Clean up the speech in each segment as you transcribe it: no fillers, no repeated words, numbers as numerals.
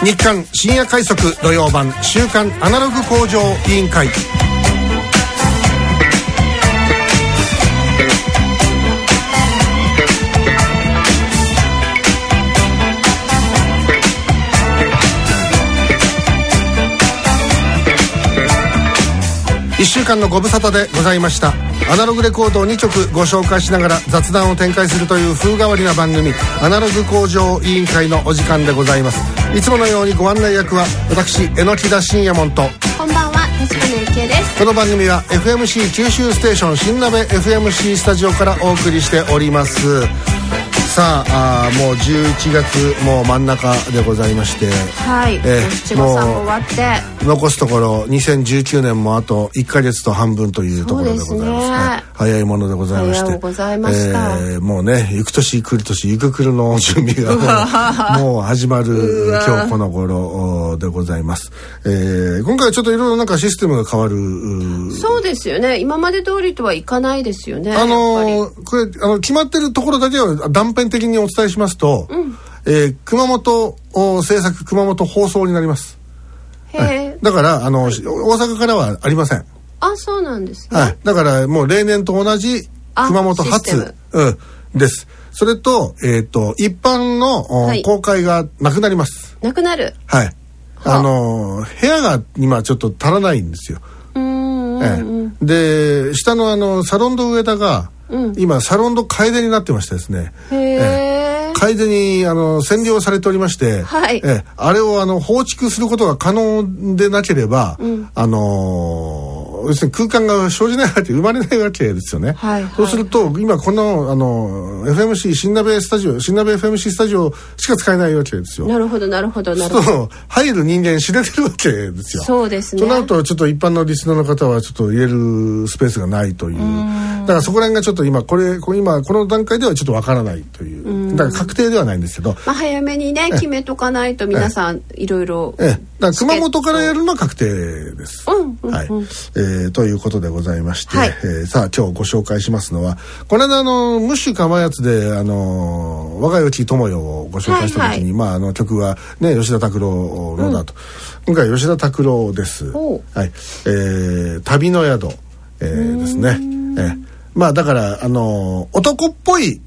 日刊深夜快速土曜版週刊アナログ工場委員会。1週間のご無沙汰でございました。アナログレコードを2曲ご紹介しながら雑談を展開するという風変わりな番組、アナログ工場委員会のお時間でございます。いつものようにご案内役は私榎田信也門と、 こんばんは確かなゆきえです。 この番組は FMC 九州ステーション新鍋 FMC スタジオからお送りしております。さあ、もう11月もう真ん中でございまして、 はい、七五三も終わって残すところ2019年もあと1ヶ月と半分というところでございますね。早いものでございまして、もうね、行く年来る年行く来るの準備がもう始まる今日この頃でございます。今回はちょっといろいろなんかシステムが変わる。 そうですよね。今まで通りとはいかないですよね。 これ決まってるところだけは断片的にお伝えしますと、熊本制作熊本放送になります。へー。だから大阪からはありません。 あ、そうなんですね。 はい。だからもう例年と同じ熊本発、です。それと一般の公開がなくなります。 なくなる。 はい。部屋が今ちょっと足らないんですよ。で、下のサロンド上田が、今サロンド楓になってましてですね。楓に占領されておりまして、はい、あれを放築することが可能でなければ、要するに空間が生じないわけ、生まれないわけですよね。そうすると今このFMC 新鍋 FMC スタジオしか使えないわけですよ。 なるほどなるほどなるほど。 入る人間知れてるわけですよ。 そうですね。 となるとちょっと一般のリスナーの方はちょっと入れるスペースがないという。だからそこら辺がちょっと今この段階ではちょっとわからないという。だから確定ではないんですけど。 早めにね決めとかないと皆さんいろいろ。 だから熊本からやるのは確定です。はい。ということでございまして、さあ今日ご紹介しますのは、この間ムッシュかまやつで我がよち友よをご紹介した時に、曲はね吉田拓郎のだと、今回吉田拓郎です。はい。旅の宿、ですね。だから男っぽい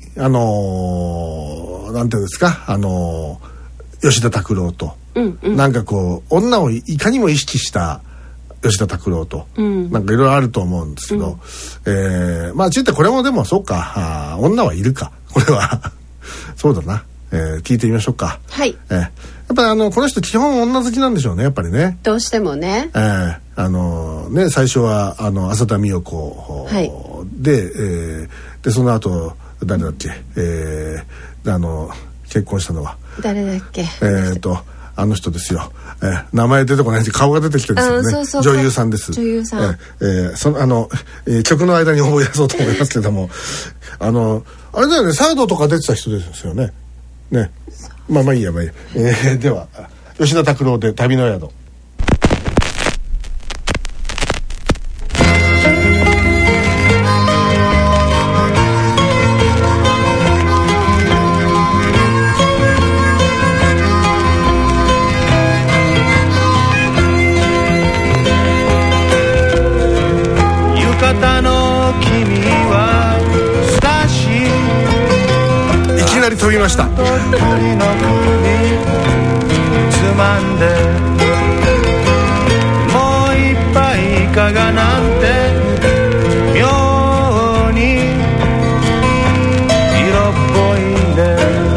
なんていうんですか吉田拓郎と、なんかこう女をいかにも意識した吉田拓郎と、なんかいろいろあると思うんですけど、ちゅってこれもでもそうか、女はいるかこれはそうだな、聞いてみましょうか。はい。やっぱりこの人基本女好きなんでしょうね、やっぱりね。 どうしてもね。 ね、最初は浅田美代子、でその後誰だっけ、結婚したのは誰だっけ。 あの人ですよ。名前出てこないし顔が出てきてるんですよね。女優さんです。 女優さん。 曲の間に思い出そうと思いますけども、あれだよね、サードとか出てた人ですよね。ね。まあいいや。では吉田拓郎で旅の宿。飛びました。つまんでもう一杯いかがなんて妙に色っぽいんで、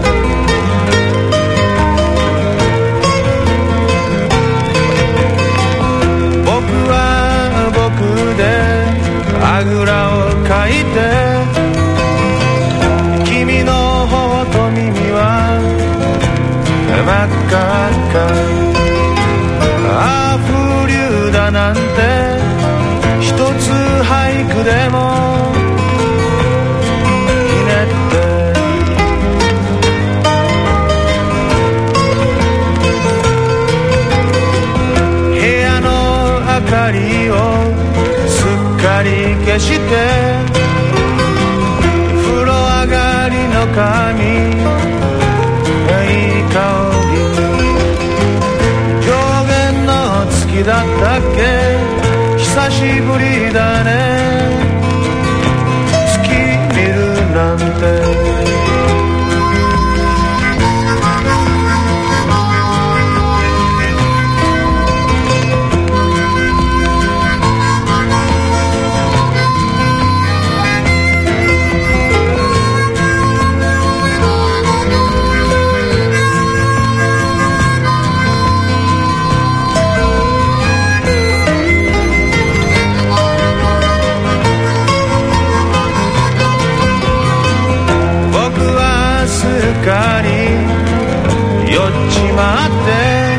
僕は僕であぐらをかいて、君の耳は真っ赤っか、風流だなんて一つ俳句でもひねって、部屋の明かりをすっかり消して、風呂上がりの髪いい香り、 きだったっけ久しぶりだね月見るなんて酔っちまって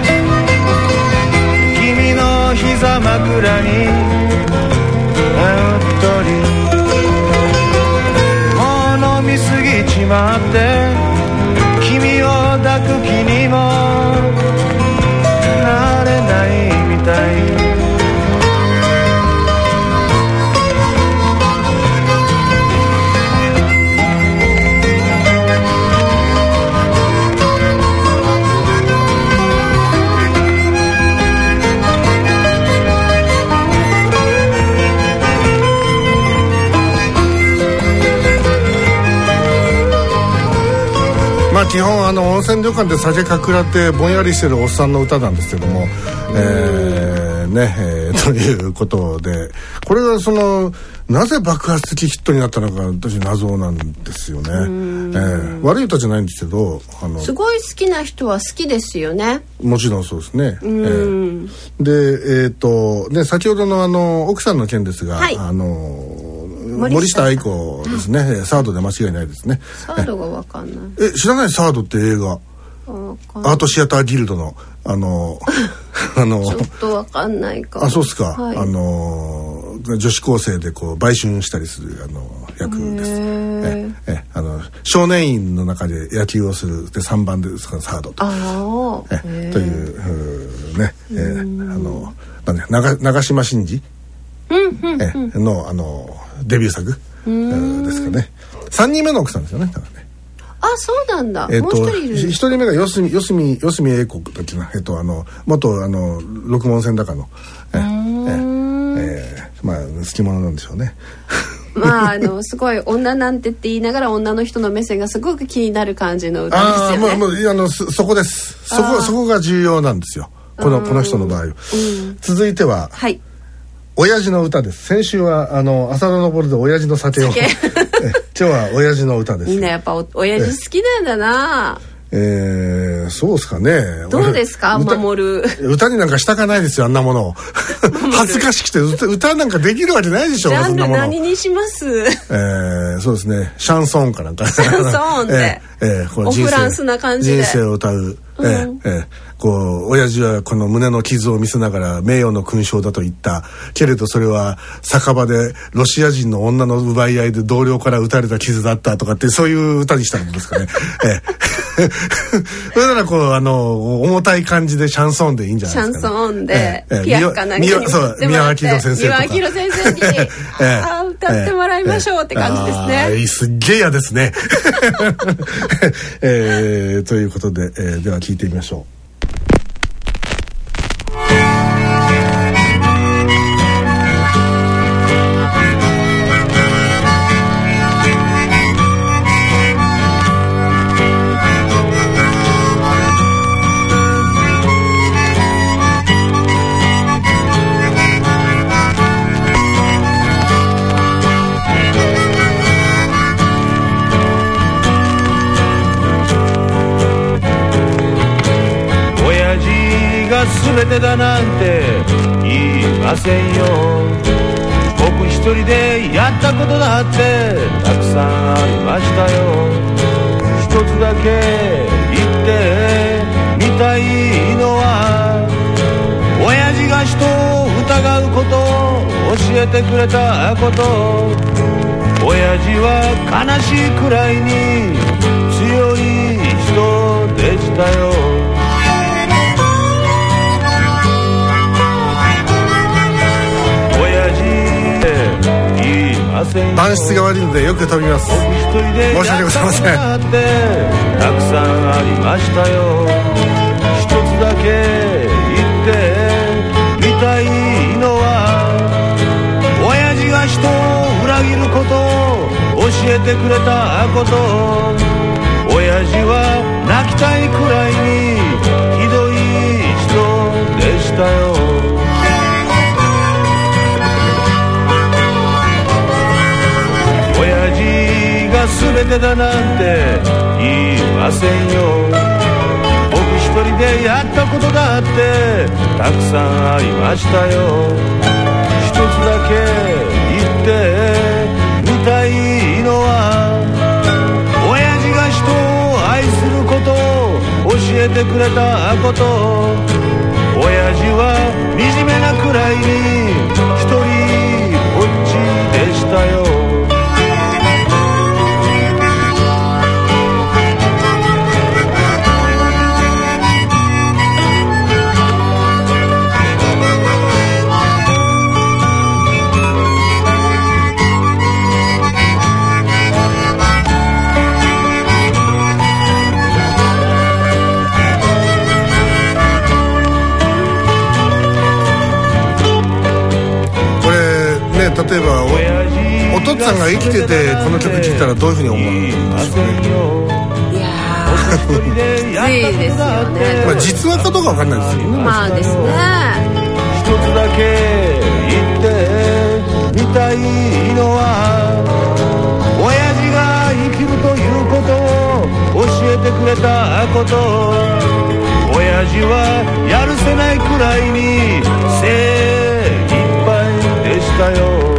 君の膝枕にうっとりもう飲みすぎちまって君を抱く気にもなれないみたいまあ基本温泉旅館で酒かくらってぼんやりしてるおっさんの歌なんですけども、ということでこれがなぜ爆発的ヒットになったのか私謎なんですよね。悪い歌じゃないんですけどすごい好きな人は好きですよね。 もちろんそうですね。で先ほどの奥さんの件ですが、はい、森下愛子ですね、サードで間違いないですね。 サードが分かんない。 知らない？サードって映画アートシアターギルドのちょっと分かんないか。 そうですか、 はい、 女子高生でこう売春したりする役です。少年院の中で野球をするで3番ですからサードとというね長嶋真司のデビュー作ですかね。3人目の奥さんですよね。だからね。 そうなんだ。もう一人いる。 1人目が四隅英子だっけな。元六文銭高のまあ好き者なんでしょうね。 まあすごい女なんてって言いながら女の人の目線がすごく気になる感じの歌ですよね。 そこです。そこが重要なんですよ。この人の場合。続いては。はい。親父の歌です。先週は浅野登で親父の酒を今日は親父の歌です。 みんなやっぱ親父好きなんだな。 そうですかね。 どうですか守る。 歌になんかしたかないですよあんなものを。恥ずかしくて歌なんかできるわけないでしょ。 ジャンル何にします？ そうですね。シャンソンかなんか。 シャンソンで。オフランスな感じで。 人生を歌う。こう親父はこの胸の傷を見せながら名誉の勲章だと言ったけれどそれは酒場でロシア人の女の奪い合いで同僚から撃たれた傷だったとかってそういう歌にしたんですかね。それならこう重たい感じでシャンソンでいいんじゃないですかね。 シャンソンでピアかなんかに持ってもらって宮脇の先生とか宮脇の先生に歌ってもらいましょうって感じですね。 すっげえ嫌ですね。ということで、では聞いてみましょう。 全てだなんて言いませんよ。僕一人でやったことだってたくさんありましたよ。一つだけ言ってみたいのは親父が人を疑うこと教えてくれたこと。親父は悲しいくらいに強い人でしたよ。 番室が悪いのでよく飛びます。申し訳ございません。 たくさんありましたよ。一つだけ言ってみ人を裏切ることを教えてくれたこと、親父は泣きたいくらいにひどい人でしたよ。親父が全てだなんて言いませんよ。僕一人でやったことだってたくさんありましたよ。一つだけ言ってみたいのは、親父が人を愛することを教えてくれたこと。親父は惨めなくらいに一人ぼっちでしたよ。 例えばお父っつぁんが生きててこの曲聴いたらどういうふうに思うんでしょうね。 いやーいいですよね。 まあ実話かどうか分かんないですよね。 まあですね。 一つだけ言ってみたいのは、親父が生きるということを教えてくれたこと。親父はやるせないくらいに精一杯でしたよ。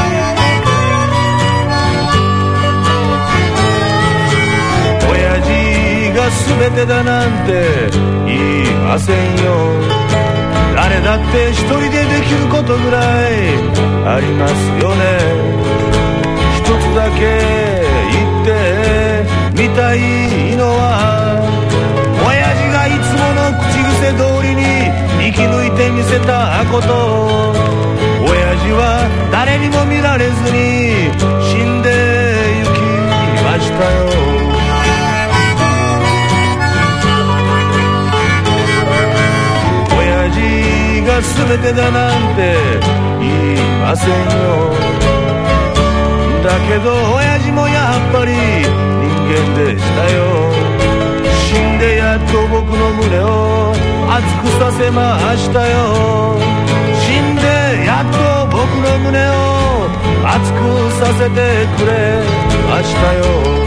親父が全てだなんて言いませんよ。誰だって一人でできることぐらいありますよね。一つだけ言ってみたいのは、親父がいつもの口癖通りに生き抜いてみせたこと。親父は誰にも見られずに死んでゆきましたよ。親父が全てだなんて言いませんよ。だけど親父もやっぱり人間でしたよ。死んでやっと僕の胸を熱くさせましたよ。死んでやっと僕の胸を熱くさせてくれましたよ。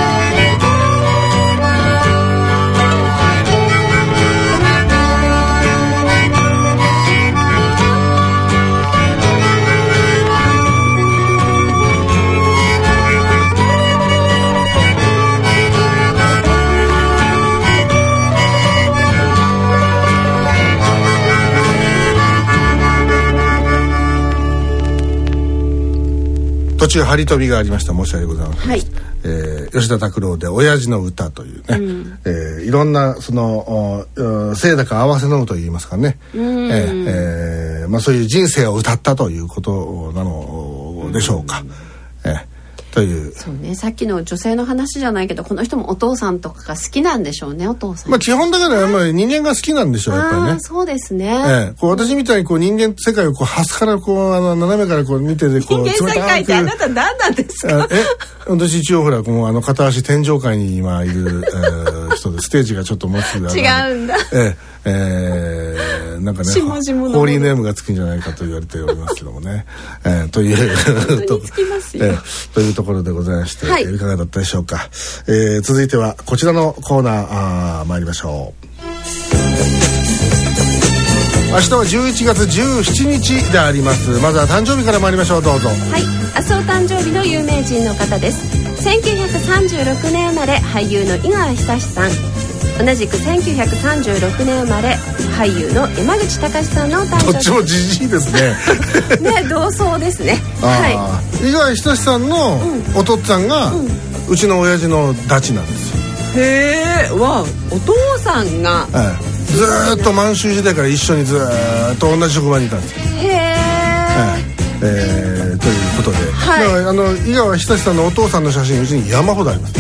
途中張り飛びがありました。申し訳ございません。 はい。 吉田拓郎で親父の歌というね、いろんなその清高合わせのむといいますかね、まあそういう人生を歌ったということなのでしょうか。というそうね、さっきの女性の話じゃないけど、この人もお父さんとかが好きなんでしょうね。お父さん、 まあ基本だからやっぱり人間が好きなんでしょう、やっぱりね。 あ、そうですね。 こう私みたいにこう人間世界をこう端からこう斜めからこう見ててこう人間世界ってあなた何なんですか。 私一応ほらこの片足天上界に今いる人でステージがちょっと持つ違うんだ。 なんかね下々のホーリーネームがつくんじゃないかと言われておりますけどもね、という本当につきますよ。 というところでございまして、 はい、 いかがだったでしょうか。続いてはこちらのコーナー参りましょう。明日は11月17日であります。まずは誕生日から参りましょう。どうぞ。 はい、明日お誕生日の有名人の方です。1936年生まれ俳優の井川久さん、同じく1936年生まれ俳優の山口隆さんの誕生日。 どっちもじじいですね。 ね、同窓ですね。 はい。井川久さんのお父っつぁんが、うちの親父のダチなんですよ。 へえ、わ、お父さんが、 ずーっと満州時代から一緒にずーっと同じ職場にいたんですよ。 へえ。 ということで、 はい、 だから井川久さんのお父さんの写真うちに山ほどあります。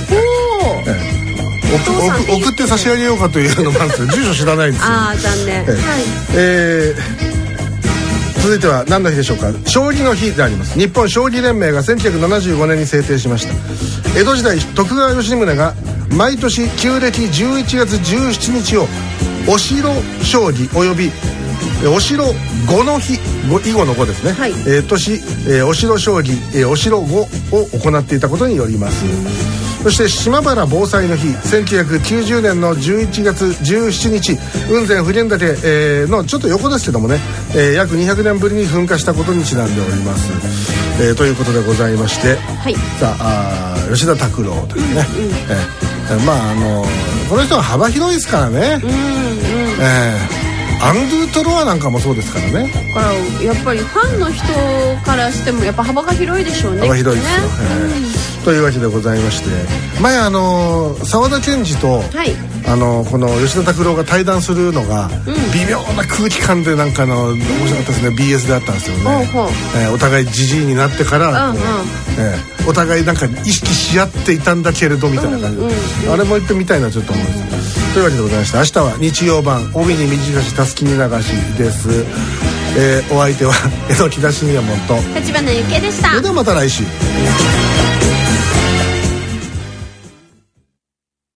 送って差し上げようかというのもあるんですけど、住所知らないんですよ。 ああ、残念。はい。 続いては何の日でしょうか。将棋の日であります。日本将棋連盟が1975年に制定しました。江戸時代徳川吉宗が毎年旧暦11月17日をお城将棋およびお城碁の日、囲碁の碁ですね、はい、年、お城将棋、お城碁を行っていたことによります。そして島原防災の日、1990年の11月17日雲仙普賢岳、のちょっと横ですけどもね、約200年ぶりに噴火したことにちなんでおります。ということでございまして、はい、さあ吉田拓郎というね、まあこの人は幅広いですからね、アンドゥトロワなんかもそうですからね。 だからやっぱりファンの人からしてもやっぱ幅が広いでしょうね。 幅広いですよ、というわけでございまして、前沢田研二と、はい、この吉田拓郎が対談するのが、微妙な空気感でなんか面白かったですね。 BS であったんですよね。お互いジジイになってから、お互いなんか意識し合っていたんだけれどみたいな感じで、あれも言ってみたいなちょっと思います。というわけでございまして、明日は日曜版帯に短したすきに流しです。お相手は江戸木田信也門と立花ゆきえでした。 それではまた来週。